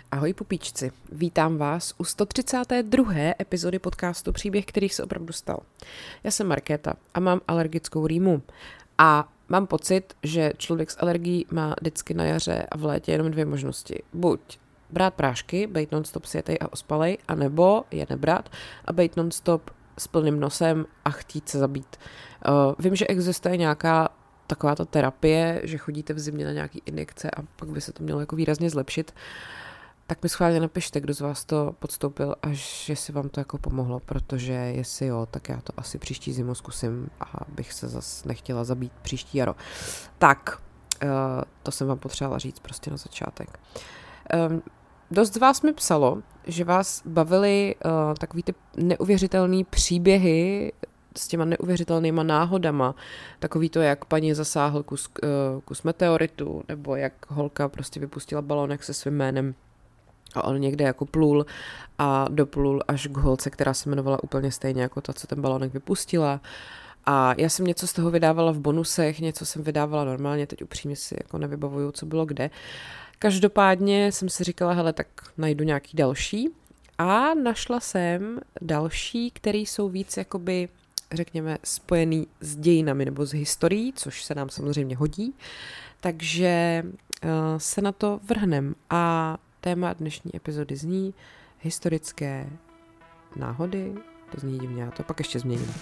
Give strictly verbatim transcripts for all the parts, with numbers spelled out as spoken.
Ahoj pupíčci, vítám vás u sto třicáté druhé epizody podcastu Příběh, který se opravdu stal. Já jsem Markéta a mám alergickou rýmu a mám pocit, že člověk s alergií má vždycky na jaře a v létě jenom dvě možnosti. Buď brát prášky, bejt non-stop sjetej a ospalej, anebo je nebrat a bejt non-stop s plným nosem a chtít se zabít. Uh, vím, že existuje nějaká taková ta terapie, že chodíte v zimě na nějaký injekce a pak by se to mělo jako výrazně zlepšit. Tak mi schválně napište, kdo z vás to podstoupil a že si vám to jako pomohlo, protože jestli jo, tak já to asi příští zimu zkusím a bych se zase nechtěla zabít příští jaro. Tak, to jsem vám potřebovala říct prostě na začátek. Dost z vás mi psalo, že vás bavily takový ty neuvěřitelný příběhy s těma neuvěřitelnýma náhodama, takový to, jak paní zasáhl kus, kus meteoritu, nebo jak holka prostě vypustila balónek se svým jménem a on někde jako plul a doplul až k holce, která se jmenovala úplně stejně jako ta, co ten balónek vypustila. A já jsem něco z toho vydávala v bonusech, něco jsem vydávala normálně, teď upřímně si jako nevybavuju, co bylo kde. Každopádně jsem si říkala, hele, tak najdu nějaký další a našla jsem další, který jsou víc jakoby, řekněme, spojený s dějinami nebo s historií, což se nám samozřejmě hodí. Takže uh, se na to vrhnem a téma dnešní epizody zní historické náhody, to zní divně, já to pak ještě změním.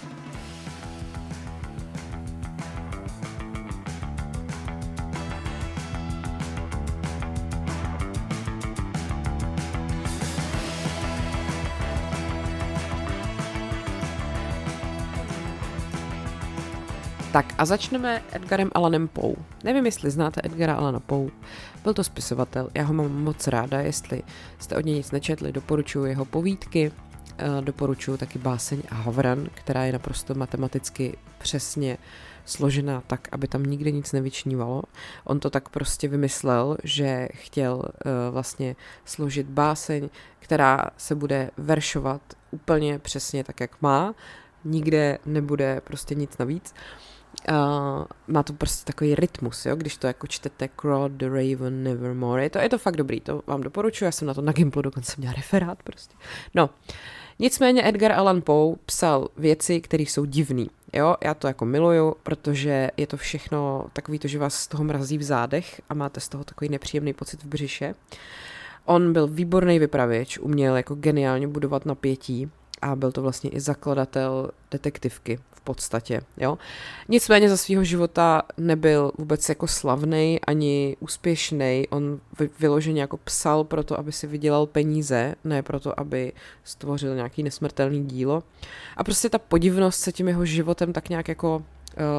Tak a začneme Edgarem Allanem Poe. Nevím, jestli znáte Edgara Allana Poe. Byl to spisovatel, já ho mám moc ráda, jestli jste od něj nic nečetli, doporučuji jeho povídky, doporučuji taky báseň Havran, která je naprosto matematicky přesně složená tak, aby tam nikde nic nevyčnívalo. On to tak prostě vymyslel, že chtěl uh, vlastně složit báseň, která se bude veršovat úplně přesně tak, jak má. Nikde nebude prostě nic navíc. Uh, má to prostě takový rytmus, jo? Když to jako čtete Claude the Raven Nevermore. Je to, je to fakt dobrý, to vám doporučuji, já jsem na to na Gimplu dokonce měla referát prostě. No, nicméně Edgar Allan Poe psal věci, které jsou divný. Jo, já to jako miluju, protože je to všechno takový to, že vás z toho mrazí v zádech a máte z toho takový nepříjemný pocit v břiše. On byl výborný vypravěč, uměl jako geniálně budovat napětí a byl to vlastně i zakladatel detektivky v podstatě, jo. Nicméně za svého života nebyl vůbec jako slavnej ani úspěšnej, on vyloženě jako psal proto, aby si vydělal peníze, ne proto, aby stvořil nějaký nesmrtelný dílo. A prostě ta podivnost se tím jeho životem tak nějak jako uh,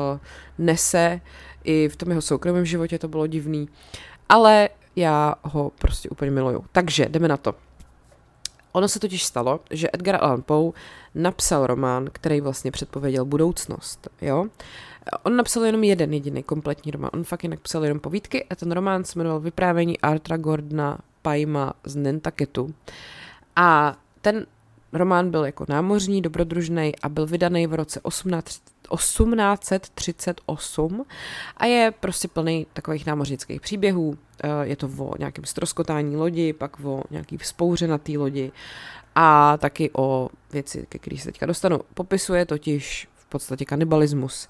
nese, i v tom jeho soukromém životě to bylo divný, ale já ho prostě úplně miluju. Takže jdeme na to. Ono se totiž stalo, že Edgar Allan Poe napsal román, který vlastně předpověděl budoucnost, jo. On napsal jenom jeden jediný kompletní román, on fakt jinak psal jenom povídky a ten román se jmenoval Vyprávění Arthura Gordona Pyma z Nantucketu. A ten román byl jako námořní, dobrodružný a byl vydaný v roce osmnáct set třicet osm a je prostě plný takových námořnických příběhů. Je to o nějakém ztroskotání lodi, pak o nějaký vzpouře na té lodi a taky o věci, ke kterých se teďka dostanu. Popisuje totiž v podstatě kanibalismus.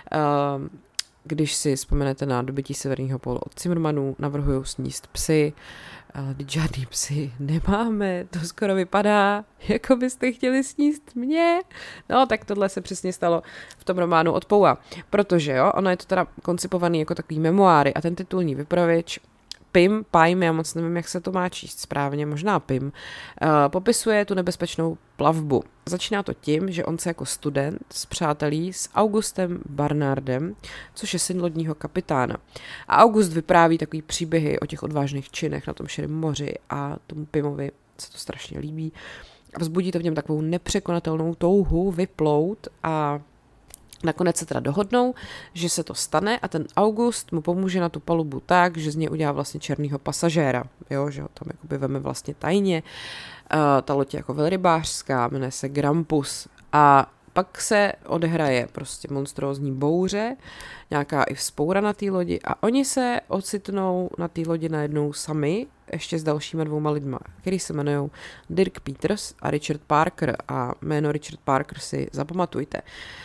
Když si vzpomenete na Dobytí severního pólu od Zimmermanů, navrhuju sníst psy, ale teď žádný psy nemáme, to skoro vypadá, jako byste chtěli sníst mě. No, tak tohle se přesně stalo v tom románu od Poea, protože jo, ono je to teda koncipovaný jako takový memoáry a ten titulní vypravěč Pym, Pym, já moc nevím, jak se to má číst správně, možná Pym, uh, popisuje tu nebezpečnou plavbu. Začíná to tím, že on se jako student spřátelí s Augustem Barnardem, což je syn lodního kapitána. A August vypráví takový příběhy o těch odvážných činech na tom širém moři a tomu Pymovi se to strašně líbí. A vzbudí to v něm takovou nepřekonatelnou touhu vyplout a nakonec se teda dohodnou, že se to stane a ten August mu pomůže na tu palubu tak, že z něj udělá vlastně černýho pasažéra, jo, že ho tam jakoby veme vlastně tajně. Uh, ta loď je jako velrybářská, jmenuje se Grampus a pak se odehraje prostě monstrózní bouře, nějaká i vzpoura na té lodi a oni se ocitnou na té lodi najednou sami, ještě s dalšíma dvouma lidma, který se jmenují Dirk Peters a Richard Parker a jméno Richard Parker si zapamatujte.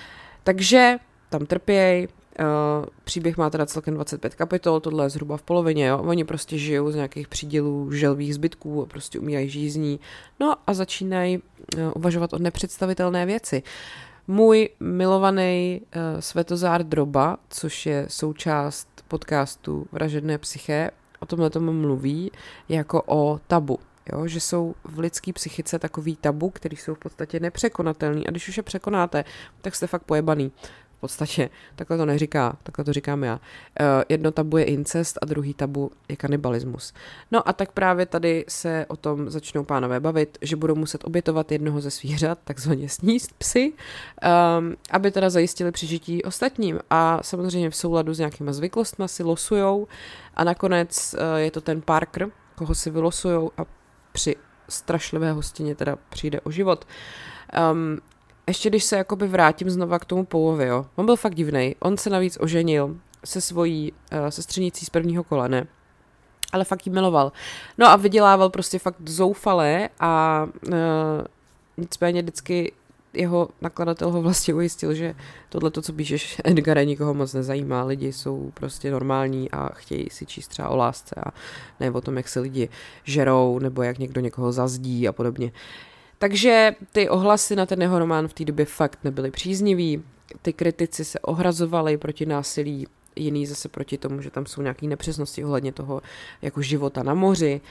Takže tam trpěj, Uh, příběh má teda celkem dvacet pět kapitol, tohle je zhruba v polovině, jo. Oni prostě žijou z nějakých přídělů želvých zbytků a prostě umírají žízní, no a začínají uh, uvažovat o nepředstavitelné věci. Můj milovaný uh, Svetozár Droba, což je součást podcastu Vražedné psyché, o tomhle tomu mluví jako o tabu. Jo, že jsou v lidské psychice takový tabu, který jsou v podstatě nepřekonatelný a když už je překonáte, tak jste fakt pojebaný. V podstatě, takhle to neříká, takhle to říkám já. Uh, jedno tabu je incest a druhý tabu je kanibalismus. No a tak právě tady se o tom začnou pánové bavit, že budou muset obětovat jednoho ze svých řad, takzvaně sníst psy, um, aby teda zajistili přežití ostatním a samozřejmě v souladu s nějakýma zvyklostmi si losujou a nakonec uh, je to ten Parker, koho si vylosujou a při strašlivé hostině teda přijde o život. Um, Ještě když se jakoby vrátím znova k tomu Poeovi, jo. On byl fakt divnej. On se navíc oženil se svojí uh, sestřenicí z prvního kolene, ale fakt jí miloval. No a vydělával prostě fakt zoufalé a uh, nicméně vždycky jeho nakladatel ho vlastně ujistil, že tohle, co píšeš, Edgare, nikoho moc nezajímá. Lidi jsou prostě normální a chtějí si číst třeba o lásce a ne o tom, jak se lidi žerou nebo jak někdo někoho zazdí a podobně. Takže ty ohlasy na ten jeho román v té době fakt nebyly příznivý, ty kritici se ohrazovali proti násilí, jiný zase proti tomu, že tam jsou nějaké nepřesnosti ohledně toho jako života na moři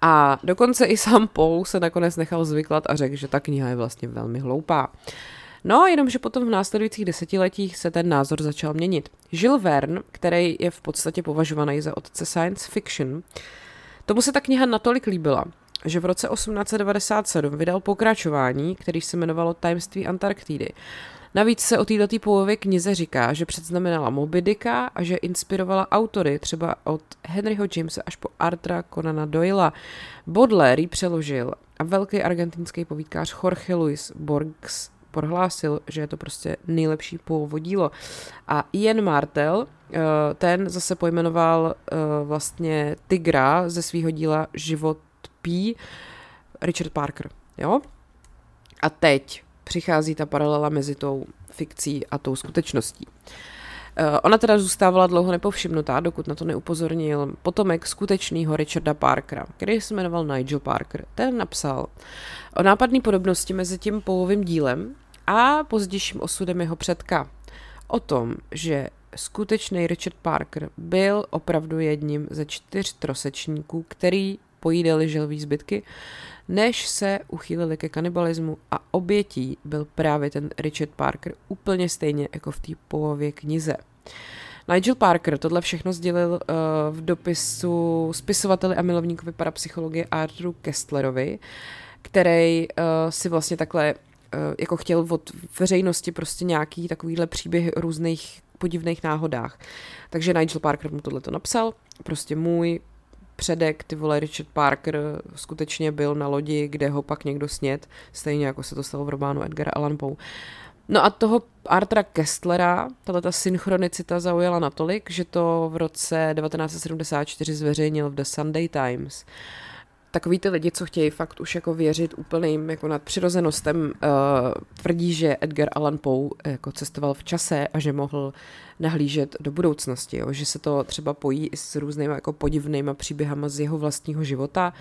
a dokonce i sám Poe se nakonec nechal zvyklat a řekl, že ta kniha je vlastně velmi hloupá. No, jenomže potom v následujících desetiletích se ten názor začal měnit. Jules Verne, který je v podstatě považovaný za otce science fiction, tomu se ta kniha natolik líbila, že v roce osmnáct set devadesát sedm vydal pokračování, který se jmenovalo Tajemství Antarktidy. Navíc se o této Poeově knize říká, že předznamenala Moby Dicka a že inspirovala autory třeba od Henryho Jamesa až po Arthura Conana Doylea. Baudelaire ji přeložil a velký argentinský povídkář Jorge Luis Borges prohlásil, že je to prostě nejlepší Poeovo dílo. A Ian Martel, ten zase pojmenoval vlastně tygra ze svého díla Život P. Richard Parker, jo? A teď přichází ta paralela mezi tou fikcí a tou skutečností. Uh, ona teda zůstávala dlouho nepovšimnutá, dokud na to neupozornil potomek skutečného Richarda Parkera, který se jmenoval Nigel Parker. Ten napsal o nápadné podobnosti mezi tím Poeovým dílem a pozdějším osudem jeho předka. O tom, že skutečný Richard Parker byl opravdu jedním ze čtyř trosečníků, který pojídali želví zbytky, než se uchýlili ke kanibalismu a obětí byl právě ten Richard Parker úplně stejně jako v té Poeově knize. Nigel Parker tohle všechno sdělil uh, v dopisu spisovateli a milovníkovi parapsychologie Arthuru Kesslerovi, který uh, si vlastně takhle uh, jako chtěl od veřejnosti prostě nějaký takovýhle příběh o různých podivných náhodách. Takže Nigel Parker mu tohleto napsal, prostě můj předek, ty vole, Richard Parker skutečně byl na lodi, kde ho pak někdo sněd, stejně jako se to stalo v románu Edgara Allan Poe. No a toho Arthura Kesslera, tato synchronicita zaujala natolik, že to v roce devatenáct set sedmdesát čtyři zveřejnil v The Sunday Times. Takový ty lidi, co chtějí fakt už jako věřit úplným jako nadpřirozenostem, uh, tvrdí, že Edgar Allan Poe jako cestoval v čase a že mohl nahlížet do budoucnosti, jo? Že se to třeba pojí i s různýma jako podivnýma příběhama z jeho vlastního života,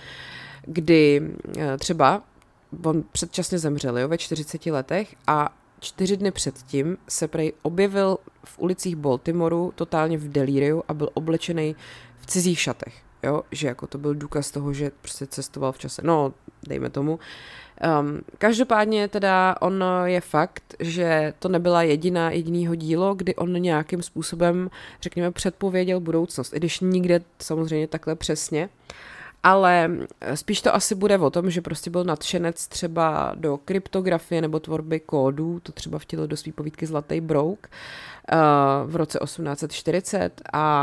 kdy uh, třeba on předčasně zemřel, jo, ve čtyřiceti letech a čtyři dny předtím se prej objevil v ulicích Baltimoru totálně v delíriu a byl oblečený v cizích šatech. Jo, že jako to byl důkaz toho, že prostě cestoval v čase. No, dejme tomu. Um, každopádně teda on je fakt, že to nebyla jediná jedinýho dílo, kdy on nějakým způsobem, řekněme, předpověděl budoucnost. I když nikde samozřejmě takhle přesně. Ale spíš to asi bude o tom, že prostě byl nadšenec třeba do kryptografie nebo tvorby kódů, to třeba vtělil do svý povídky Zlatý brouk uh, v roce osmnáct set čtyřicet a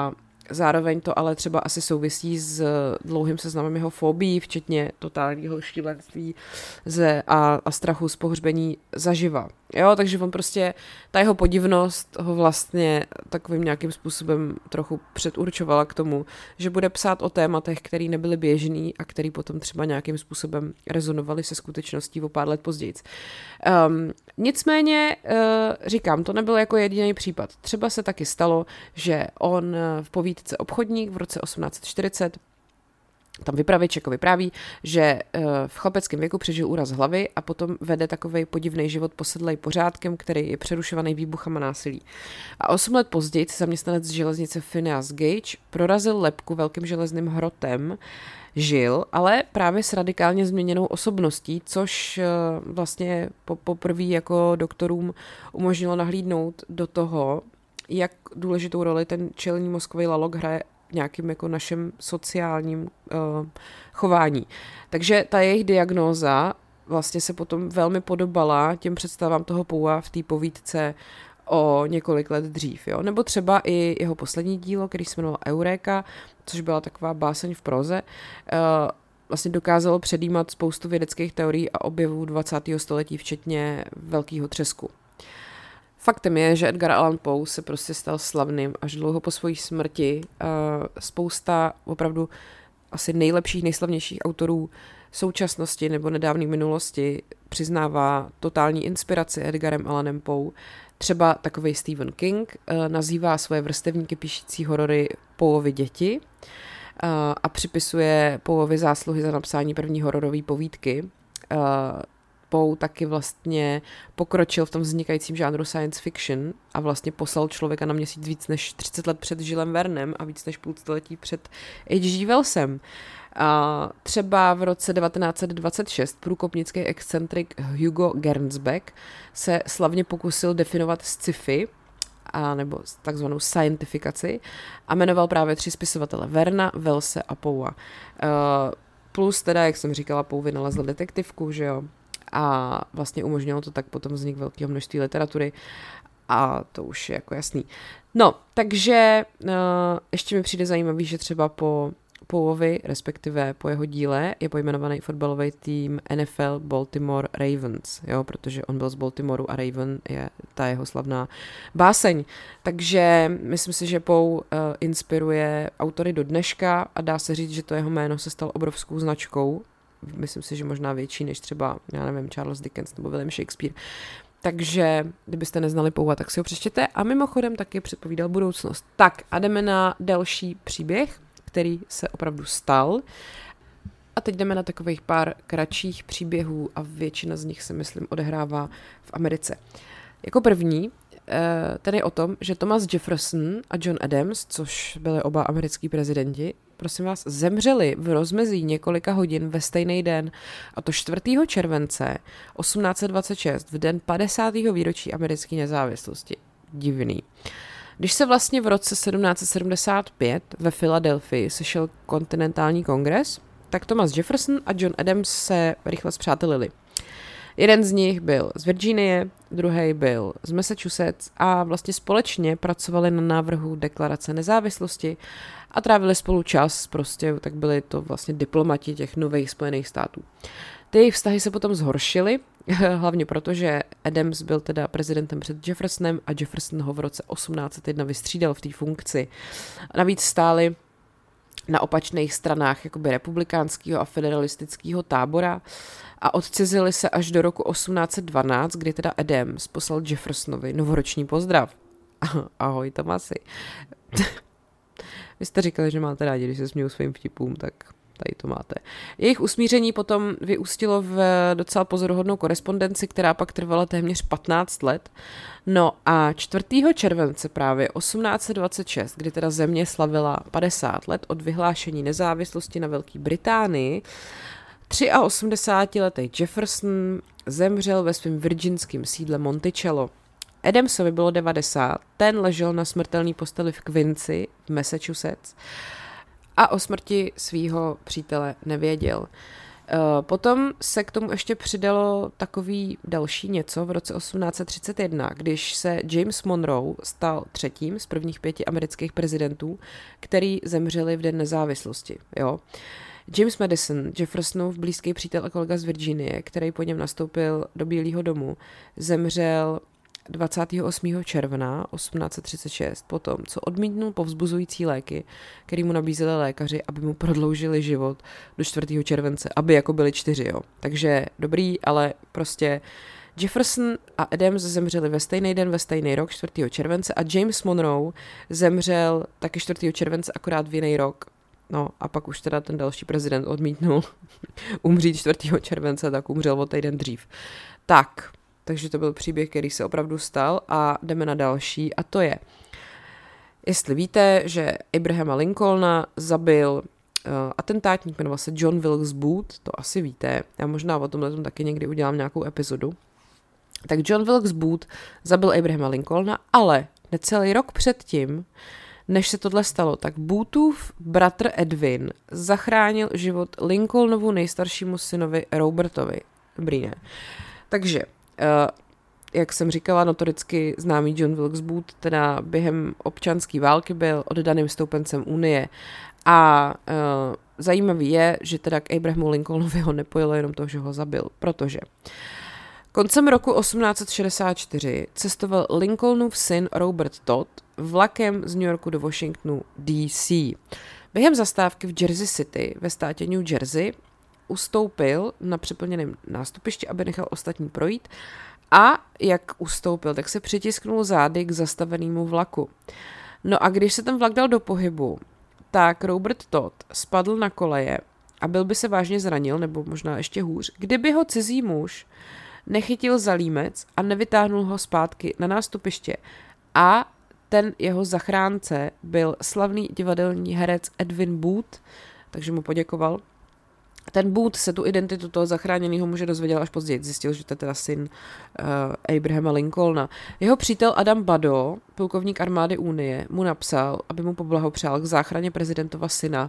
Zároveň to ale třeba asi souvisí s dlouhým seznamem jeho fobií, včetně totálního šílenství ze a, a strachu z pohřbení zaživa. Jo, takže on prostě, ta jeho podivnost ho vlastně takovým nějakým způsobem trochu předurčovala k tomu, že bude psát o tématech, které nebyly běžný a které potom třeba nějakým způsobem rezonovaly se skutečností o pár let později. Um, nicméně, uh, říkám, to nebyl jako jediný případ. Třeba se taky stalo, že on v povídce Obchodník v roce osmnáct čtyřicet tam vypravěč jako vypráví, že v chlapeckém věku přežil úraz hlavy a potom vede takovej podivný život posedlej pořádkem, který je přerušovaný výbuchama násilí. A osm let později zaměstnanec z železnice Phineas Gage prorazil lebku velkým železným hrotem, žil, ale právě s radikálně změněnou osobností, což vlastně poprvé jako doktorům umožnilo nahlídnout do toho, jak důležitou roli ten čelní mozkový lalok hraje v nějakým jako našem sociálním uh, chování. Takže ta jejich diagnóza vlastně se potom velmi podobala těm představám toho Poua v té povídce o několik let dřív. Jo? Nebo třeba i jeho poslední dílo, který se jmenoval Eureka, což byla taková báseň v proze, uh, vlastně dokázalo předjímat spoustu vědeckých teorií a objevů dvacátého století, včetně Velkého třesku. Faktem je, že Edgar Allan Poe se prostě stal slavným až dlouho po své smrti. Spousta opravdu asi nejlepších, nejslavnějších autorů současnosti nebo nedávné minulosti přiznává totální inspiraci Edgarem Allanem Poe. Třeba takovej Stephen King nazývá svoje vrstevníky píšící horory Poeovy děti a připisuje Poeovi zásluhy za napsání první hororové povídky. Poe taky vlastně pokročil v tom vznikajícím žánru science fiction a vlastně poslal člověka na měsíc víc než třicet let před Julesem Vernem a víc než půl století před H G Wellsem. A třeba v roce devatenáct set dvacet šest průkopnický excentrik Hugo Gernsback se slavně pokusil definovat sci-fi, a nebo takzvanou scientifikaci a jmenoval právě tři spisovatele Verna, Wellse a Poua. Uh, plus teda, jak jsem říkala, Poe vynalezl detektivku, že jo, a vlastně umožnilo to tak potom vznik velkého množství literatury a to už je jako jasný. No, takže uh, ještě mi přijde zajímavý, že třeba po Poeovi, respektive po jeho díle, je pojmenovaný fotbalový tým N F L Baltimore Ravens, jo, protože on byl z Baltimoru a Raven je ta jeho slavná báseň. Takže myslím si, že Poe uh, inspiruje autory do dneška a dá se říct, že to jeho jméno se stalo obrovskou značkou. Myslím si, že možná větší než třeba, já nevím, Charles Dickens nebo William Shakespeare. Takže, kdybyste neznali Poua, tak si ho přečtěte. A mimochodem taky předpovídal budoucnost. Tak a jdeme na další příběh, který se opravdu stal. A teď jdeme na takových pár kratších příběhů a většina z nich se, myslím, odehrává v Americe. Jako první, ten je o tom, že Thomas Jefferson a John Adams, což byli oba americký prezidenti, prosím vás, zemřeli v rozmezí několika hodin ve stejný den, a to čtvrtého července osmnáct set dvacet šest, v den padesátého výročí americké nezávislosti. Divný. Když se vlastně v roce sedmnáct set sedmdesát pět ve Filadelfii sešel kontinentální kongres, tak Thomas Jefferson a John Adams se rychle spřátelili. Jeden z nich byl z Virginie, druhý byl z Massachusetts a vlastně společně pracovali na návrhu deklarace nezávislosti a trávili spolu čas, prostě tak byli to vlastně diplomati těch nových Spojených států. Ty jejich vztahy se potom zhoršily, hlavně proto, že Adams byl teda prezidentem před Jeffersonem a Jefferson ho v roce osmnáct set jedna vystřídal v té funkci. Navíc stáli na opačných stranách jakoby republikánského a federalistického tábora a odcizili se až do roku osmnáct set dvanáct, kdy teda Adams poslal Jeffersonovi novoroční pozdrav. Ahoj, Tomasi. Vy jste říkali, že máte rádi, když se směju svým vtipům, tak tady to máte. Jejich usmíření potom vyústilo v docela pozoruhodnou korespondenci, která pak trvala téměř patnáct let. No a čtvrtého července právě osmnáct set dvacet šest, kdy teda země slavila padesát let od vyhlášení nezávislosti na Velké Británii, osmdesátiletý Jefferson zemřel ve svém virginském sídle Monticello. Adamsovi bylo devadesát, ten ležel na smrtelné posteli v Quincy v Massachusetts a o smrti svého přítele nevěděl. Potom se k tomu ještě přidalo takový další něco v roce osmnáct set třicet jedna, když se James Monroe stal třetím z prvních pěti amerických prezidentů, který zemřeli v Den nezávislosti. Jo? James Madison, Jeffersonův blízký přítel a kolega z Virginie, který po něm nastoupil do Bílého domu, zemřel dvacátého osmého června osmnáct set třicet šest potom, co odmítnul povzbuzující léky, který mu nabízeli lékaři, aby mu prodloužili život do čtvrtého července, aby jako byli čtyři, jo. Takže dobrý, ale prostě Jefferson a Adams zemřeli ve stejný den, ve stejný rok, čtvrtého července a James Monroe zemřel taky čtvrtého července, akorát v jiný rok. No a pak už teda ten další prezident odmítnul umřít čtvrtého července, tak umřel o týden dřív. Tak, takže to byl příběh, který se opravdu stal a jdeme na další a to je, jestli víte, že Abrahama Lincolna zabil uh, atentátník, jmenoval se John Wilkes Booth, to asi víte, já možná o tomhle taky někdy udělám nějakou epizodu. Tak John Wilkes Booth zabil Abrahama Lincolna, ale necelý rok předtím, než se tohle stalo, tak Boothův bratr Edwin zachránil život Lincolnovu nejstaršímu synovi Robertovi. Dobrý, ne? Takže Uh, jak jsem říkala, notoricky známý John Wilkes Booth, teda během občanské války byl oddaným stoupencem Unie a uh, zajímavý je, že teda k Abrahamu Lincolnovi ho nepojilo jenom to, že ho zabil, protože koncem roku osmnáct set šedesát čtyři cestoval Lincolnův syn Robert Todd vlakem z New Yorku do Washingtonu D C. Během zastávky v Jersey City ve státě New Jersey ustoupil na přeplněném nástupišti, aby nechal ostatní projít a jak ustoupil, tak se přitisknul zády k zastavenému vlaku. No a když se ten vlak dal do pohybu, tak Robert Todd spadl na koleje a byl by se vážně zranil, nebo možná ještě hůř, kdyby ho cizí muž nechytil za límec a nevytáhnul ho zpátky na nástupiště. A ten jeho zachránce byl slavný divadelní herec Edwin Booth, takže mu poděkoval. Ten Booth se tu identitu toho zachráněného muže dozvěděl až později. Zjistil, že to je teda syn uh, Abrahama Lincolna. Jeho přítel Adam Bado, plukovník armády Unie, mu napsal, aby mu poblahopřál k záchraně prezidentova syna,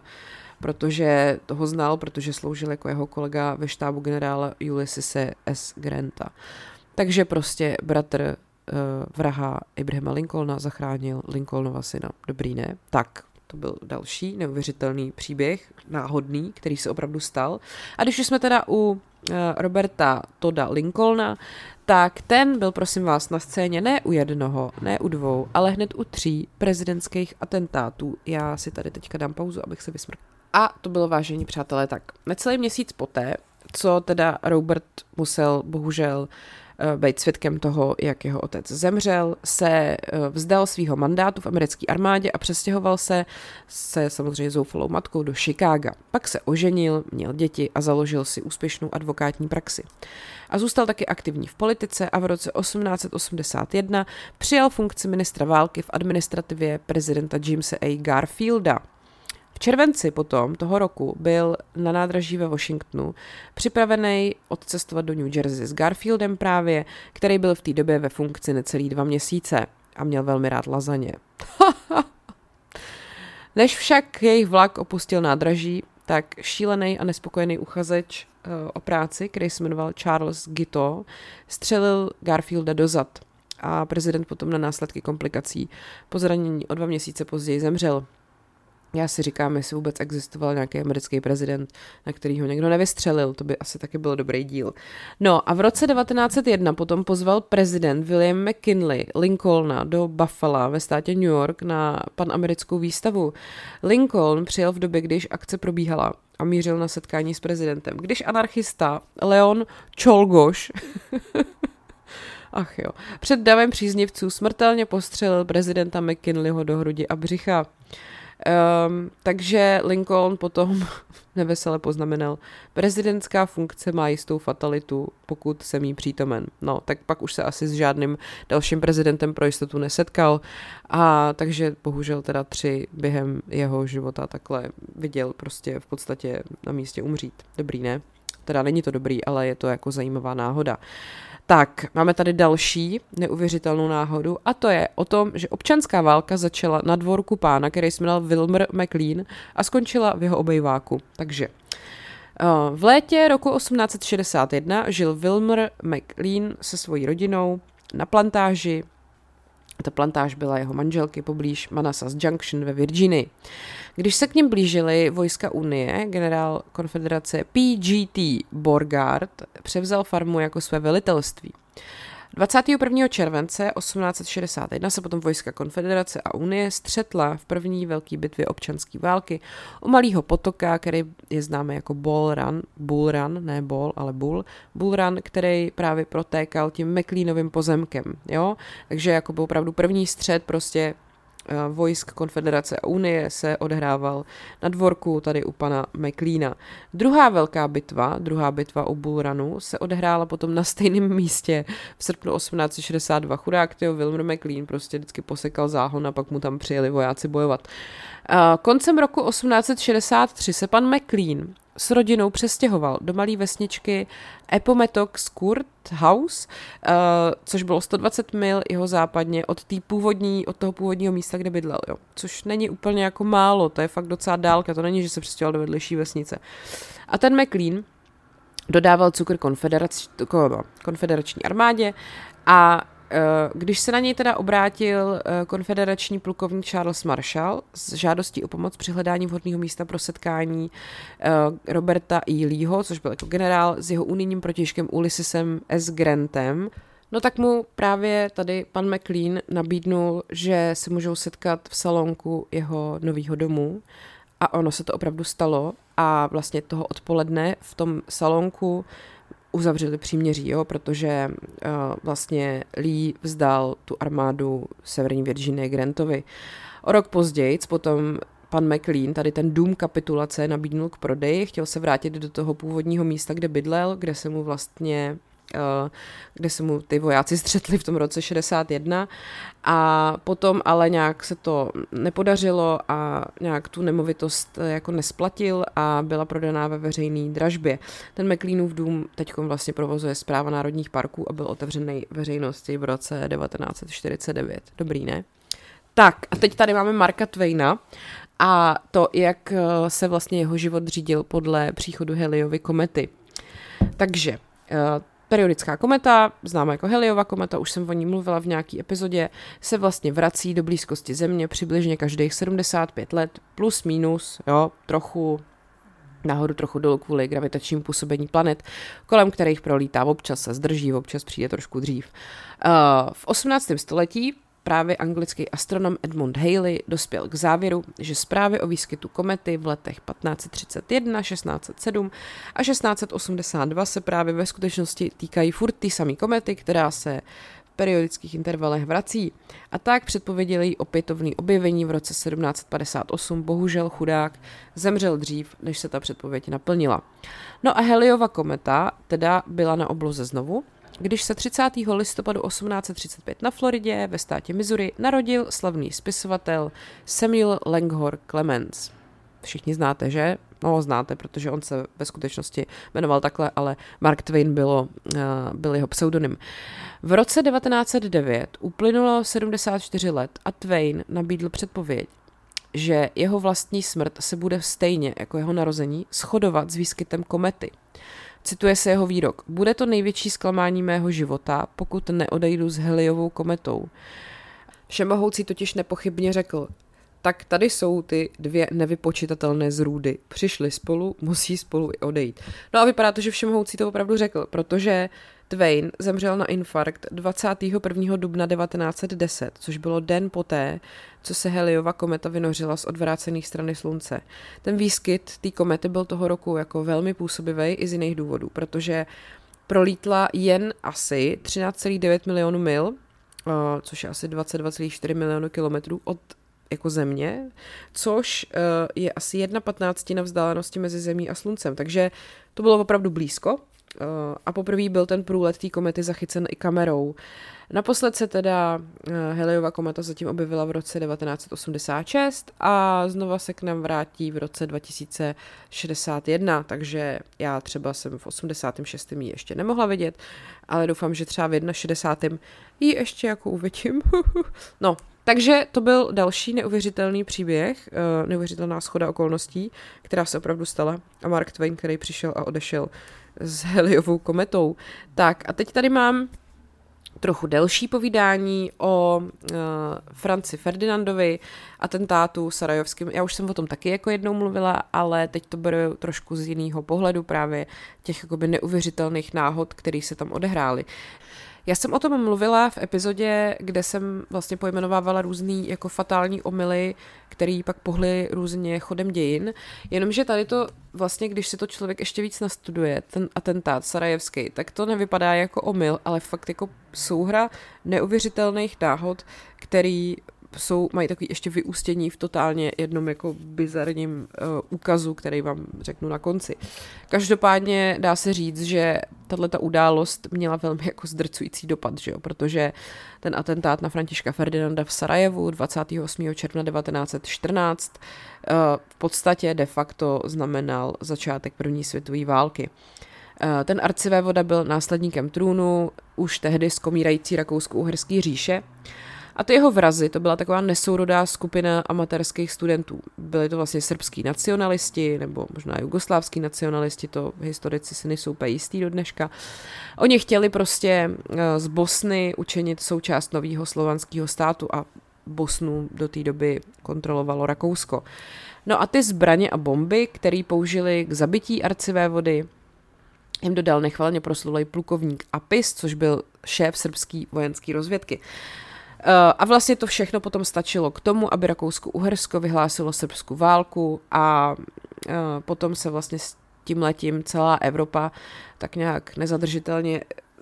protože toho znal, protože sloužil jako jeho kolega ve štábu generála Ulyssese S. Granta. Takže prostě bratr uh, vraha Abrahama Lincolna zachránil Lincolnova syna. Dobrý, ne? Tak. To byl další neuvěřitelný příběh, náhodný, který se opravdu stal. A když už jsme teda u uh, Roberta Todda Lincolna, tak ten byl, prosím vás, na scéně ne u jednoho, ne u dvou, ale hned u tří prezidentských atentátů. Já si tady teďka dám pauzu, abych se vysmrkl. A to bylo, vážení přátelé, tak necelý měsíc poté, co teda Robert musel bohužel být svědkem toho, jak jeho otec zemřel, se vzdal svého mandátu v americké armádě a přestěhoval se se samozřejmě zoufalou matkou do Chicaga. Pak se oženil, měl děti a založil si úspěšnou advokátní praxi. A zůstal taky aktivní v politice a v roce osmnáct set osmdesát jedna přijal funkci ministra války v administrativě prezidenta Jamese A. Garfielda. V červenci potom toho roku byl na nádraží ve Washingtonu připravený odcestovat do New Jersey s Garfieldem právě, který byl v té době ve funkci necelý dva měsíce a měl velmi rád lazaně. Než však jejich vlak opustil nádraží, tak šílený a nespokojený uchazeč uh, o práci, který se jmenoval Charles Guiteau, střelil Garfielda do zad a prezident potom na následky komplikací po zranění o dva měsíce později zemřel. Já si říkám, jestli vůbec existoval nějaký americký prezident, na který ho někdo nevystřelil, to by asi taky byl dobrý díl. No a v roce devatenáct set jedna potom pozval prezident William McKinley Lincolna do Buffalo ve státě New York na panamerickou výstavu. Lincoln přijel v době, když akce probíhala a mířil na setkání s prezidentem. Když anarchista Leon Czolgosz ach jo, před davem příznivců smrtelně postřelil prezidenta McKinleyho do hrudi a břicha. Um, takže Lincoln potom nevesele poznamenal, prezidentská funkce má jistou fatalitu, pokud jsem jí přítomen. No, tak pak už se asi s žádným dalším prezidentem pro jistotu nesetkal a takže bohužel teda tři během jeho života takhle viděl prostě v podstatě na místě umřít. Dobrý, ne? Teda není to dobrý, ale je to jako zajímavá náhoda. Tak, máme tady další neuvěřitelnou náhodu a to je o tom, že občanská válka začala na dvorku pána, který se jmenoval Wilmer McLean a skončila v jeho obejváku. Takže V létě roku osmnáct set šedesát jedna žil Wilmer McLean se svojí rodinou na plantáži. Ta plantáž byla jeho manželky poblíž Manassas Junction ve Virginii. Když se k nim blížily vojska Unie, generál konfederace P G T Beauregard převzal farmu jako své velitelství. dvacátého prvního července osmnáct set šedesát jedna se potom vojska konfederace a Unie střetla v první velké bitvě občanské války u malého potoka, který je známý jako Bull Run, Bull Run, ne Bull, ale Bull, Bull Run, který právě protékal tím McLeanovým pozemkem, jo, takže jako byl opravdu první střet prostě vojsk konfederace a Unie se odehrával na dvorku tady u pana McLeana. Druhá velká bitva, druhá bitva u Bull Runu se odehrála potom na stejném místě v srpnu osmnáct set šedesát dva. Chudák tyho Wilmer McLean prostě vždycky posekal záhon a pak mu tam přijeli vojáci bojovat. Koncem roku osmnáct set šedesát tři se pan McLean s rodinou přestěhoval do malé vesničky Appomattox Court House, uh, což bylo sto dvacet mil jeho západně od, tý původní, od toho původního místa, kde bydlel. Jo. Což není úplně jako málo, to je fakt docela dálka, to není, že se přestěhoval do vedlejší vesnice. A ten McLean dodával cukr konfederac, konfederační armádě a když se na něj teda obrátil konfederační plukovník Charles Marshall s žádostí o pomoc při hledání vhodného místa pro setkání Roberta E. Leeho, což byl jako generál, s jeho unijním protějškem Ulyssesem S. Grantem, no tak mu právě tady pan McLean nabídnul, že se můžou setkat v salonku jeho nového domu a ono se to opravdu stalo a vlastně toho odpoledne v tom salonku uzavřeli příměří, jo, protože uh, vlastně Lee vzdal tu armádu Severní Virginie Grantovi. O rok později potom pan McLean tady ten dům kapitulace nabídnul k prodeji, chtěl se vrátit do toho původního místa, kde bydlel, kde se mu vlastně Uh, kde se mu ty vojáci střetli v tom roce šedesát jedna a potom ale nějak se to nepodařilo a nějak tu nemovitost jako nesplatil a byla prodaná ve veřejné dražbě. Ten McLeanův dům teď vlastně provozuje Správa národních parků a byl otevřený veřejnosti v roce devatenáct set čtyřicet devět. Dobrý, ne? Tak a teď tady máme Marka Twaina a to, jak se vlastně jeho život řídil podle příchodu Halleyovy komety. Takže uh, periodická kometa, známá jako Halleyova kometa, už jsem o ní mluvila v nějaký epizodě, se vlastně vrací do blízkosti Země přibližně každých sedmdesát pět let, plus minus, jo, trochu nahoru, trochu dolů kvůli gravitačnímu působení planet, kolem kterých prolítá, občas se zdrží, občas přijde trošku dřív. Uh, v osmnáctém století právě anglický astronom Edmund Halley dospěl k závěru, že zprávy o výskytu komety v letech patnáct set třicet jedna, šestnáct set sedm a šestnáct set osmdesát dva se právě ve skutečnosti týkají furt té samé komety, která se v periodických intervalech vrací. A tak předpověděl její opětovné objevení v roce sedmnáct set padesát osm. Bohužel chudák zemřel dřív, než se ta předpověď naplnila. No a Halleyova kometa teda byla na obloze znovu, když se třicátého listopadu osmnáct set třicet pět na Floridě ve státě Missouri narodil slavný spisovatel Samuel Langhorne Clemens. Všichni znáte, že? No, znáte, protože on se ve skutečnosti jmenoval takhle, ale Mark Twain bylo, uh, byl jeho pseudonym. V roce devatenáct set devět uplynulo sedmdesát čtyři let a Twain nabídl předpověď, že jeho vlastní smrt se bude stejně jako jeho narození shodovat s výskytem komety. Cituje se jeho výrok: bude to největší zklamání mého života, pokud neodejdu s Halleyovou kometou. Všemohoucí totiž nepochybně řekl: tak tady jsou ty dvě nevypočitatelné zrůdy. Přišli spolu, musí spolu i odejít. No a vypadá to, že Všemohoucí to opravdu řekl, protože Twain zemřel na infarkt dvacátého prvního dubna devatenáct set deset, což bylo den poté, co se Halleyova kometa vynořila z odvrácené strany slunce. Ten výskyt té komety byl toho roku jako velmi působivý i z jiných důvodů, protože prolítla jen asi třináct celá devět milionů mil, což je asi dvacet dva celá čtyři milionu kilometrů od jako Země, což je asi jedna patnáctina vzdálenosti mezi Zemí a Sluncem, takže to bylo opravdu blízko. A poprvé byl ten průlet té komety zachycen i kamerou. Naposled se teda Halleyova kometa zatím objevila v roce devatenáct set osmdesát šest a znova se k nám vrátí v roce dva tisíce šedesát jedna, takže já třeba jsem v osmdesátém šestém ji ještě nemohla vidět, ale doufám, že třeba v šedesátém prvním ji ještě jako uvidím. No, Takže to byl další neuvěřitelný příběh, uh, neuvěřitelná shoda okolností, která se opravdu stala. A Mark Twain, který přišel a odešel s Halleyovou kometou. Tak a teď tady mám trochu delší povídání o uh, Franci Ferdinandovi, atentátu sarajevským. Já už jsem o tom taky jako jednou mluvila, ale teď to beru trošku z jiného pohledu právě těch jakoby neuvěřitelných náhod, které se tam odehrály. Já jsem o tom mluvila v epizodě, kde jsem vlastně pojmenovávala různý jako fatální omyly, který pak pohly různě chodem dějin, jenomže tady to vlastně, když si to člověk ještě víc nastuduje, ten atentát sarajevský, tak to nevypadá jako omyl, ale fakt jako souhra neuvěřitelných náhod, který jsou, mají takový ještě vyústění v totálně jednom jako bizarním uh, úkazu, který vám řeknu na konci. Každopádně dá se říct, že tato událost měla velmi jako zdrcující dopad, že jo? Protože ten atentát na Františka Ferdinanda v Sarajevu dvacátého osmého června devatenáct set čtrnáct uh, v podstatě de facto znamenal začátek první světové války. Uh, ten arcivévoda byl následníkem trůnu už tehdy skomírající rakousko-uherské říše. A ty jeho vrazy, to byla taková nesourodá skupina amatérských studentů. Byli to vlastně srbský nacionalisti, nebo možná jugoslávský nacionalisti, to historici si nejsou úplně jistý do dneška. Oni chtěli prostě z Bosny učinit součást nového slovanského státu a Bosnu do té doby kontrolovalo Rakousko. No a ty zbraně a bomby, které použili k zabití arcivévody, jim dodal nechvalně proslulý plukovník Apis, což byl šéf srbské vojenské rozvědky. A vlastně to všechno potom stačilo k tomu, aby Rakousko-Uhersko vyhlásilo srbskou válku a potom se vlastně s tímhletím celá Evropa tak nějak nezadržitelně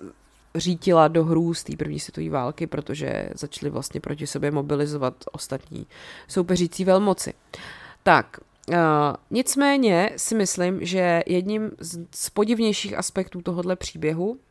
řítila do hrůz té první světové války, protože začaly vlastně proti sobě mobilizovat ostatní soupeřící velmoci. Tak, Uh, nicméně si myslím, že jedním z, z podivnějších aspektů tohohle příběhu uh,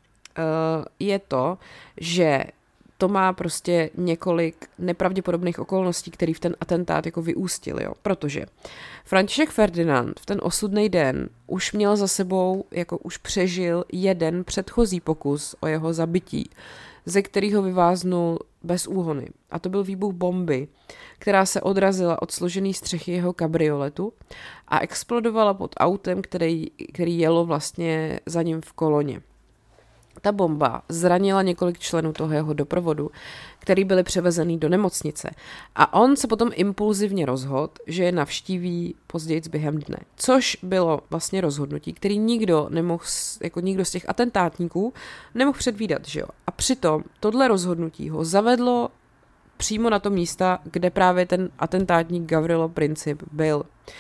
je to, že to má prostě několik nepravděpodobných okolností, které v ten atentát jako vyústily, jo. Protože František Ferdinand v ten osudný den už měl za sebou, jako už přežil jeden předchozí pokus o jeho zabití, ze kterého vyváznul bez úhony. A to byl výbuch bomby, která se odrazila od složené střechy jeho kabrioletu a explodovala pod autem, který, který jelo vlastně za ním v koloně. Ta bomba zranila několik členů toho jeho doprovodu, který byli převezený do nemocnice. A on se potom impulzivně rozhodl, že je navštíví později během dne. Což bylo vlastně rozhodnutí, který nikdo nemohl, jako nikdo z těch atentátníků nemohl předvídat, že jo. A přitom tohle rozhodnutí ho zavedlo přímo na to místa, kde právě ten atentátník Gavrilo Princip byl.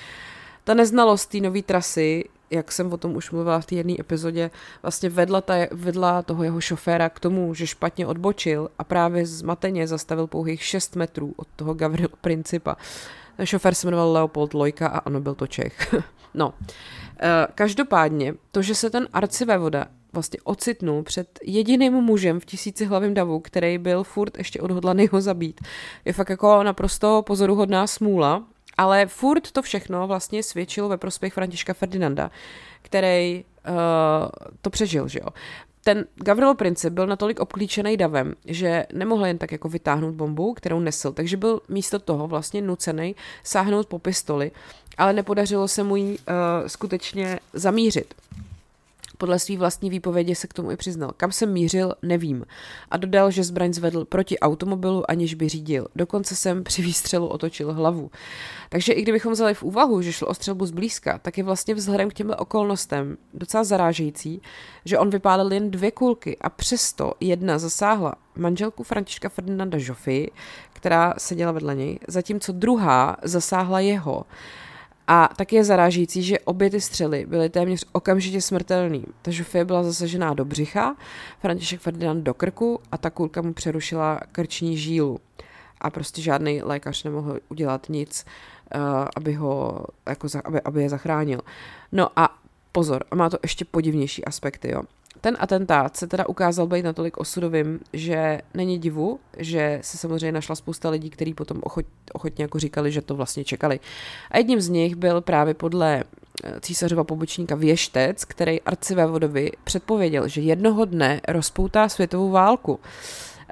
Ta neznalost té nové trasy, jak jsem o tom už mluvila v té jedné epizodě, vlastně vedla, ta, vedla toho jeho šoféra k tomu, že špatně odbočil a právě zmateně zastavil pouhých šest metrů od toho Gavrilo Principa. Ten šofér se jmenoval Leopold Lojka a ano, byl to Čech. No, každopádně to, že se ten arcivévoda vlastně ocitnul před jediným mužem v tisícihlavém davu, který byl furt ještě odhodlaný ho zabít, je fakt jako naprosto pozoruhodná smůla. Ale furt to všechno vlastně svědčilo ve prospěch Františka Ferdinanda, který uh, to přežil, že jo. Ten Gavrilo Princip byl natolik obklíčený davem, že nemohl jen tak jako vytáhnout bombu, kterou nesl, takže byl místo toho vlastně nucený sáhnout po pistoli, ale nepodařilo se mu ji uh, skutečně zamířit. Podle svý vlastní výpovědi se k tomu i přiznal. Kam jsem mířil, nevím. A dodal, že zbraň zvedl proti automobilu, aniž by řídil. Dokonce jsem při výstřelu otočil hlavu. Takže i kdybychom vzali v úvahu, že šlo o střelbu zblízka, tak je vlastně vzhledem k těmhle okolnostem docela zarážející, že on vypálil jen dvě kulky a přesto jedna zasáhla manželku Františka Ferdinanda Žofii, která seděla vedle něj, zatímco druhá zasáhla jeho. A taky je zarážící, že obě ty střely byly téměř okamžitě smrtelný. Ta Žofie byla zasažená do břicha, František Ferdinand do krku a ta kulka mu přerušila krční žílu. A prostě žádný lékař nemohl udělat nic, uh, aby, ho, jako za, aby, aby je zachránil. No a pozor, má to ještě podivnější aspekty, jo. Ten atentát se teda ukázal být natolik osudovým, že není divu, že se samozřejmě našla spousta lidí, kteří potom ochot, ochotně jako říkali, že to vlastně čekali. A jedním z nich byl právě podle císařova pobočníka Věštec, který arcivévodovi předpověděl, že jednoho dne rozpoutá světovou válku.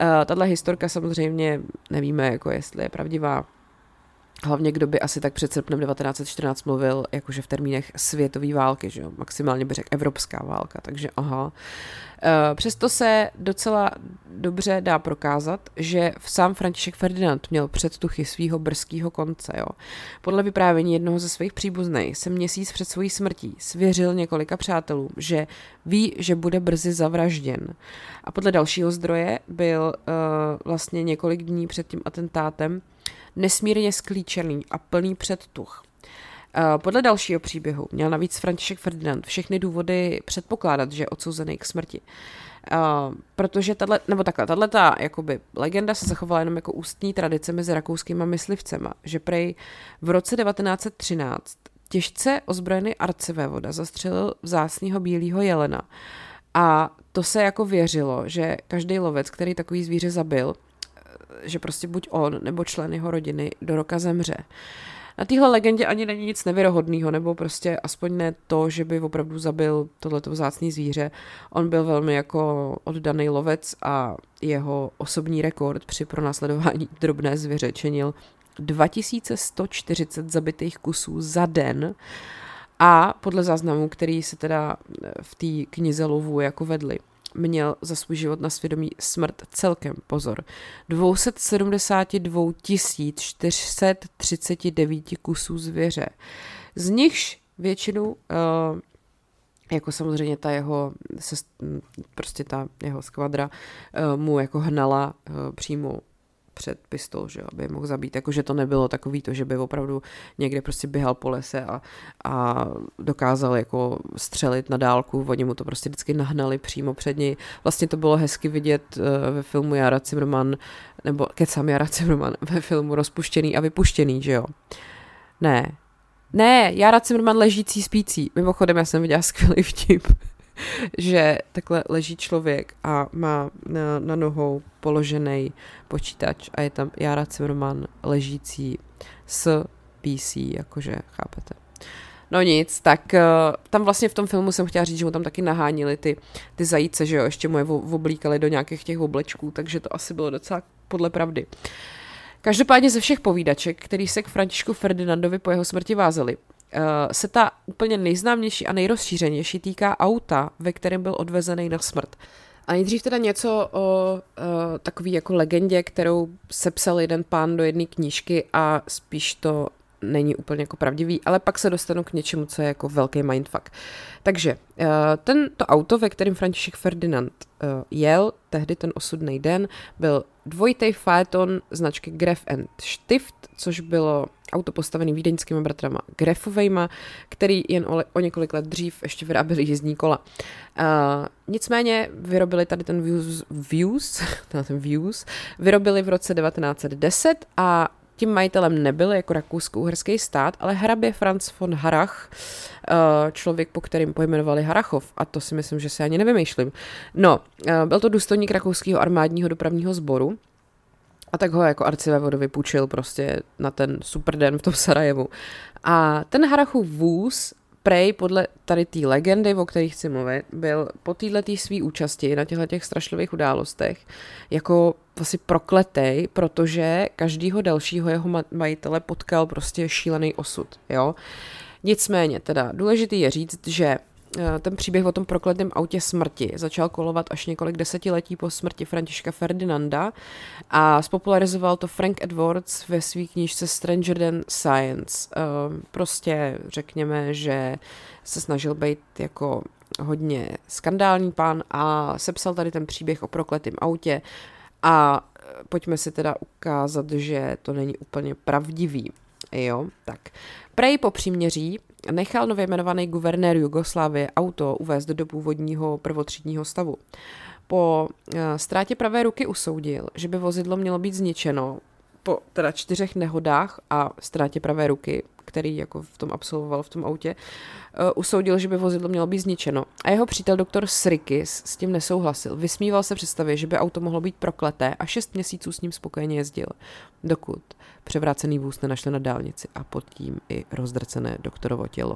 tahle historka samozřejmě nevíme, jako jestli je pravdivá. Hlavně kdo by asi tak před srpnem devatenáct set čtrnáct mluvil jakože v termínech světové války, že jo? Maximálně by řekl evropská válka, takže aha. E, přesto se docela dobře dá prokázat, že sám František Ferdinand měl předtuchy svýho brzkého konce. Jo? Podle vyprávění jednoho ze svých příbuzných se měsíc před svojí smrtí svěřil několika přátelům, že ví, že bude brzy zavražděn. A podle dalšího zdroje byl e, vlastně několik dní před tím atentátem nesmírně sklíčený a plný předtuch. Podle dalšího příběhu měl navíc František Ferdinand všechny důvody předpokládat, že je odsouzený k smrti. Uh, protože tato, nebo takhle, tato jakoby legenda se zachovala jenom jako ústní tradice mezi rakouskýma myslivcema, že prej v roce devatenáct set třináct těžce ozbrojený arcivévoda zastřelil vzácnýho bílého jelena a to se jako věřilo, že každý lovec, který takový zvíře zabil, že prostě buď on nebo člen jeho rodiny do roka zemře. Na téhle legendě ani není nic nevěrohodného, nebo prostě aspoň ne to, že by opravdu zabil tohleto vzácný zvíře. On byl velmi jako oddaný lovec a jeho osobní rekord při pronásledování drobné zvěře činil dva tisíce sto čtyřicet zabitých kusů za den a podle záznamů, který se teda v té knize lovů jako vedli, měl za svůj život na svědomí smrt celkem, pozor, dvě stě sedmdesát dva tisíc čtyři sta třicet devět kusů zvěře. Z nichž většinu, uh, jako samozřejmě ta jeho, prostě ta jeho skvadra, uh, mu jako hnala uh, přímo před pistol, že aby mohl zabít. Jakože to nebylo takový to, že by opravdu někde prostě běhal po lese a, a dokázal jako střelit na dálku. Oni mu to prostě vždycky nahnali přímo před něj. Vlastně to bylo hezky vidět uh, ve filmu Jára Cimrman, nebo kecám Jára Cimrman, ve filmu Rozpuštěný a vypuštěný, že jo. Ne. Ne, Jára Cimrman ležící spící. Mimochodem, já jsem viděla skvělý vtip, že takhle leží člověk a má na, na nohou položený počítač a je tam Jára Cimrman ležící s P C, jakože, chápete. No nic, tak uh, tam vlastně v tom filmu jsem chtěla říct, že mu tam taky nahánili ty, ty zajíce, že jo, ještě mu je oblíkali do nějakých těch oblečků, takže to asi bylo docela podle pravdy. Každopádně ze všech povídaček, který se k Františku Ferdinandovi po jeho smrti vázely, se ta úplně nejznámější a nejrozšířenější týká auta, ve kterém byl odvezený na smrt. A nejdřív teda něco o, o takový jako legendě, kterou sepsal jeden pán do jedné knížky a spíš to není úplně jako pravdivý, ale pak se dostanu k něčemu, co je jako velký mindfuck. Takže tento auto, ve kterém František Ferdinand jel, tehdy ten osudný den, byl dvojitý faeton značky Greff and Stift, což bylo auto postavené vídeňskými bratrama Greffovejma, který jen o, o několik let dřív ještě vyráběli jízdní kola. Uh, nicméně vyrobili tady ten Views, views, ten views vyrobili v roce devatenáct set deset a tím majitelem nebyl jako rakousko-uherský stát, ale hrabě Franz von Harrach, člověk, po kterým pojmenovali Harrachov, a to si myslím, že se ani nevymýšlím. No, byl to důstojník rakouského armádního dopravního sboru a tak ho jako arcivévodovi půjčil prostě na ten super den v tom Sarajevu. A ten Harrachův vůz prej podle tady té legendy, o kterých chci mluvit, byl po této svý účasti na těchto těch strašlivých událostech jako vlastně prokletej, protože každýho dalšího jeho majitele potkal prostě šílený osud, jo. Nicméně teda důležitý je říct, že ten příběh o tom prokletém autě smrti začal kolovat až několik desetiletí po smrti Františka Ferdinanda a spopularizoval to Frank Edwards ve své knížce Stranger Than Science. Prostě řekněme, že se snažil být jako hodně skandální pán a sepsal tady ten příběh o prokletém autě a pojďme si teda ukázat, že to není úplně pravdivý. Jo, tak. Prej po příměří nechal nově jmenovaný guvernér Jugoslávie auto uvést do původního prvotřídního stavu. Po ztrátě pravé ruky usoudil, že by vozidlo mělo být zničeno po teda čtyřech nehodách a ztrátě pravé ruky, který jako v tom absolvoval v tom autě, uh, usoudil, že by vozidlo mělo být zničeno. A jeho přítel doktor Srikis s tím nesouhlasil. Vysmíval se představě, že by auto mohlo být prokleté a šest měsíců s ním spokojeně jezdil, dokud převrácený vůz nenašli na dálnici a pod tím i rozdrcené doktorovo tělo.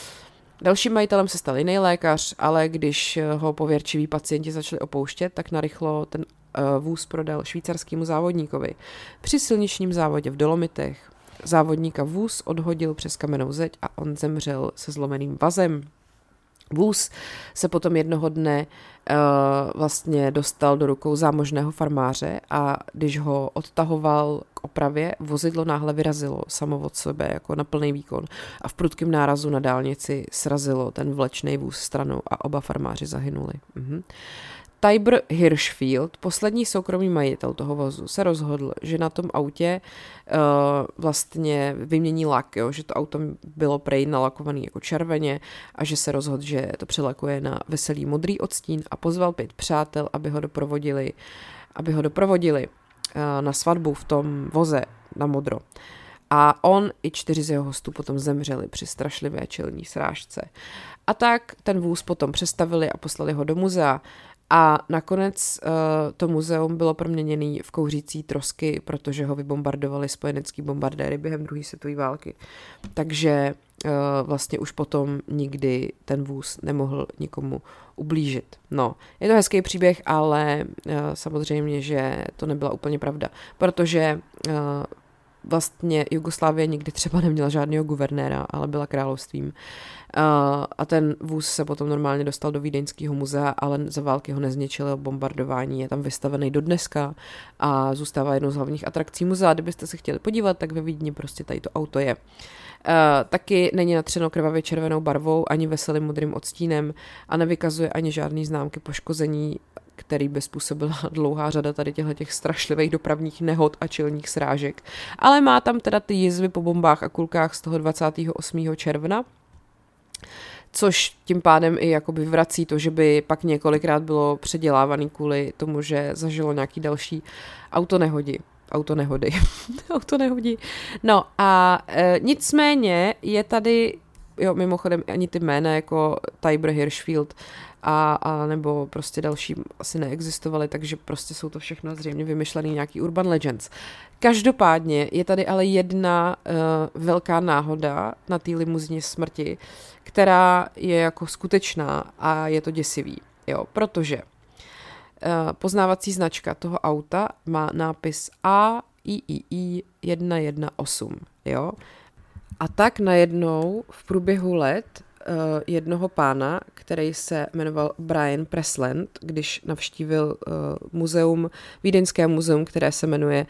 Dalším majitelem se stal jiný lékař, ale když ho pověrčiví pacienti začali opouštět, tak narychlo ten vůz prodal švýcarskému závodníkovi. Při silničním závodě v Dolomitech závodníka vůz odhodil přes kamennou zeď a on zemřel se zlomeným vazem. Vůz se potom jednoho dne uh, vlastně dostal do rukou zámožného farmáře a když ho odtahoval k opravě, vozidlo náhle vyrazilo samo od sebe jako na plný výkon a v prudkém nárazu na dálnici srazilo ten vlečný vůz stranou a oba farmáři zahynuli. Mhm. Tybor Hirschfield, poslední soukromý majitel toho vozu, se rozhodl, že na tom autě uh, vlastně vymění lak, jo? Že to auto bylo prej nalakované jako červeně a že se rozhodl, že to přelakuje na veselý modrý odstín a pozval pět přátel, aby ho doprovodili, aby ho doprovodili uh, na svatbu v tom voze na modro. A on i čtyři z jeho hostů potom zemřeli při strašlivé čelní srážce. A tak ten vůz potom přestavili a poslali ho do muzea. A nakonec uh, to muzeum bylo proměněné v kouřící trosky, protože ho vybombardovali spojenecký bombardéry během druhé světové války. Takže uh, vlastně už potom nikdy ten vůz nemohl nikomu ublížit. No, je to hezký příběh, ale uh, samozřejmě, že to nebyla úplně pravda, protože uh, vlastně Jugoslávie nikdy třeba neměla žádného guvernéra, ale byla královstvím. Uh, a ten vůz se potom normálně dostal do Vídeňského muzea, ale za války ho nezničilo bombardování, je tam vystavený do dneska a zůstává jednou z hlavních atrakcí muzea. Kdybyste se chtěli podívat, tak ve Vídni prostě tady to auto je. Uh, taky není natřeno krvavě červenou barvou, ani veselým modrým odstínem a nevykazuje ani žádný známky poškození, který by způsobila dlouhá řada tady těchto strašlivých dopravních nehod a čelních srážek. Ale má tam teda ty jizvy po bombách a kulkách z toho dvacátého osmého června, což tím pádem i jakoby vrací to, že by pak několikrát bylo předělávaný kvůli tomu, že zažilo nějaký další autonehody. Autonehody. Autonehody. No a e, nicméně je tady, jo, mimochodem ani ty jména jako Tybor Hirschfield a, a nebo prostě další asi neexistovaly, takže prostě jsou to všechno zřejmě vymyšlený nějaký urban legends. Každopádně je tady ale jedna uh, velká náhoda na té limuzině smrti, která je jako skutečná a je to děsivý, jo, protože uh, poznávací značka toho auta má nápis A I I I jedna jedna osm, jo. A tak najednou v průběhu let uh, jednoho pána, který se jmenoval Brian Pressland, když navštívil uh, muzeum, Vídeňské muzeum, které se jmenuje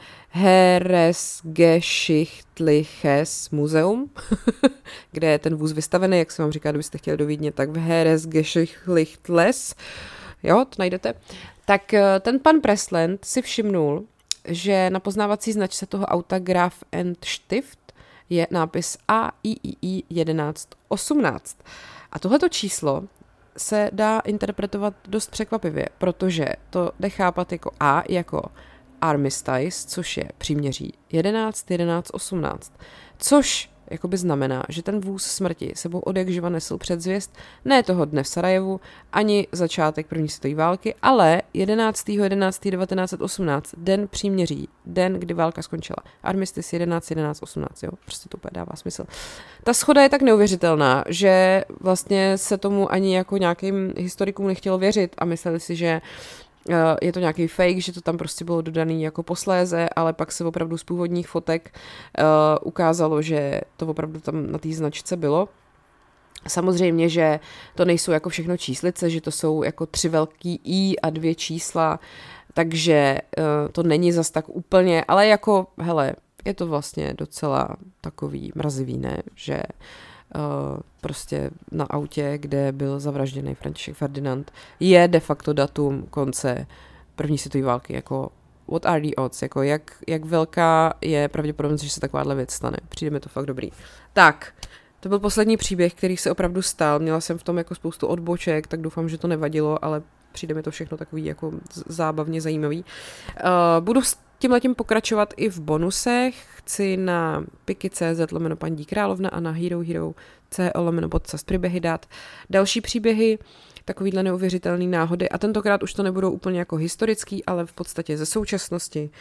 Heeresgeschichtliches Museum, kde je ten vůz vystavený, jak se vám říká, kdybyste chtěli do Vídně, tak v Heeresgeschichtliches, jo, to najdete. Tak uh, ten pan Pressland si všimnul, že na poznávací značce toho auta Graf and Stift je nápis A I I I jedenáct osmnáct. A tohleto číslo se dá interpretovat dost překvapivě, protože to jde chápat jako A jako armistice, což je příměří jedenáct jedenáct osmnáct, což jakoby znamená, že ten vůz smrti sebou odjakživa nesl předzvěst ne toho dne v Sarajevu, ani začátek první světové války, ale jedenáctého jedenáctého devatenáct osmnáct, den příměří, den, kdy válka skončila. Armistice jedenáct jedenáct osmnáct, jo, prostě to úplně dává smysl. Ta shoda je tak neuvěřitelná, že vlastně se tomu ani jako nějakým historikům nechtělo věřit a mysleli si, že je to nějaký fake, že to tam prostě bylo dodaný jako posléze, ale pak se opravdu z původních fotek uh, ukázalo, že to opravdu tam na té značce bylo. Samozřejmě, že to nejsou jako všechno číslice, že to jsou jako tři velký I a dvě čísla, takže uh, to není zas tak úplně, ale jako, hele, je to vlastně docela takový mrazivý, ne, že Uh, prostě na autě, kde byl zavražděný František Ferdinand, je de facto datum konce první světové války, jako what are the odds, jako jak, jak velká je pravděpodobnost, že se takováhle věc stane. Přijde mi to fakt dobrý. Tak, to byl poslední příběh, který se opravdu stal. Měla jsem v tom jako spoustu odboček, tak doufám, že to nevadilo, ale přijde mi to všechno takový jako zábavně zajímavý. Uh, budu tímhletím pokračovat i v bonusech. Chci na piky tečka cé zet lomeno paní královna a na hero hero tečka co lomeno podcast příběhy dát další příběhy, takovýhle neuvěřitelný náhody a tentokrát už to nebudou úplně jako historický, ale v podstatě ze současnosti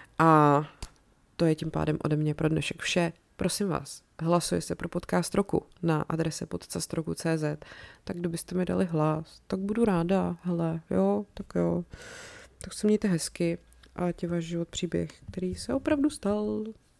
a to je tím pádem ode mě pro dnešek vše. Prosím vás, hlasuje se pro podcast roku na adrese podcast roku tečka cé zet, tak kdybyste mi dali hlas, tak budu ráda, hele, jo, tak jo. Tak se mějte hezky a ať je váš život příběh, který se opravdu stal.